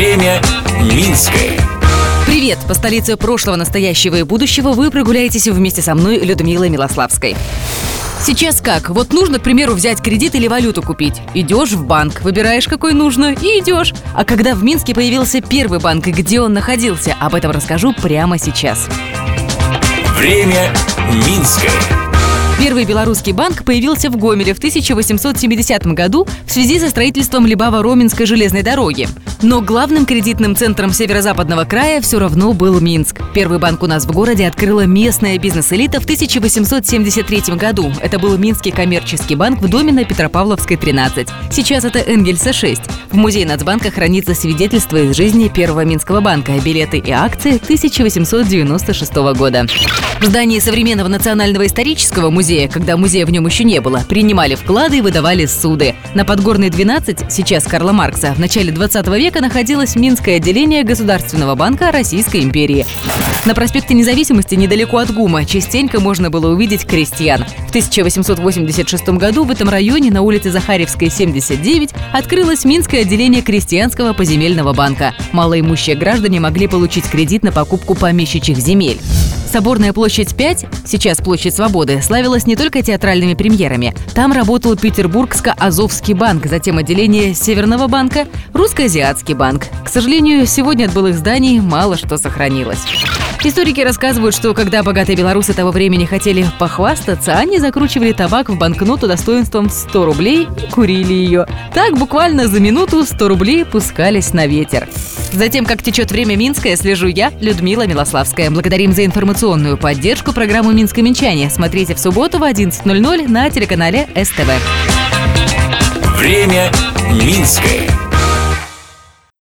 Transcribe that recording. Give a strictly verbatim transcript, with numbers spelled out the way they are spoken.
Время Минское. Привет! По столице прошлого, настоящего и будущего вы прогуляетесь вместе со мной, Людмилой Милославской. Сейчас как? Вот нужно, к примеру, взять кредит или валюту купить. Идешь в банк, выбираешь, какой нужно, и идешь. А когда в Минске появился первый банк и где он находился, об этом расскажу прямо сейчас. Время Минское. Первый белорусский банк появился в Гомеле в тысяча восемьсот семидесятом году в связи со строительством Либава-Роменской железной дороги. Но главным кредитным центром северо-западного края все равно был Минск. Первый банк у нас в городе открыла местная бизнес-элита в тысяча восемьсот семьдесят третьем году. Это был Минский коммерческий банк в доме на Петропавловской, тринадцать. Сейчас это Энгельса, шесть. В музее Нацбанка хранится свидетельство из жизни первого Минского банка, билеты и акции тысяча восемьсот девяносто шестого года. В здании современного национального исторического музея, когда музея в нем еще не было, принимали вклады и выдавали ссуды. На Подгорной, двенадцать, сейчас Карла Маркса, в начале двадцатого века находилось Минское отделение Государственного банка Российской империи. На проспекте Независимости, недалеко от ГУМа, частенько можно было увидеть крестьян. В тысяча восемьсот восемьдесят шестом году в этом районе на улице Захарьевской, семьдесят девять, открылось Минское отделение Крестьянского поземельного банка. Малоимущие граждане могли получить кредит на покупку помещичьих земель. Соборная площадь пять, сейчас площадь Свободы, славилась не только театральными премьерами. Там работал Петербургско-Азовский банк, затем отделение Северного банка, Русско-Азиатский банк. К сожалению, сегодня от былых зданий мало что сохранилось. Историки рассказывают, что когда богатые белорусы того времени хотели похвастаться, они закручивали табак в банкноту достоинством сто рублей и курили ее. Так буквально за минуту сто рублей пускались на ветер. Затем, как течет время Минское, слежу я, Людмила Милославская. Благодарим за информационную поддержку программы «Минско-Минчане». Смотрите в субботу в одиннадцать ноль ноль на телеканале СТВ. Время Минское.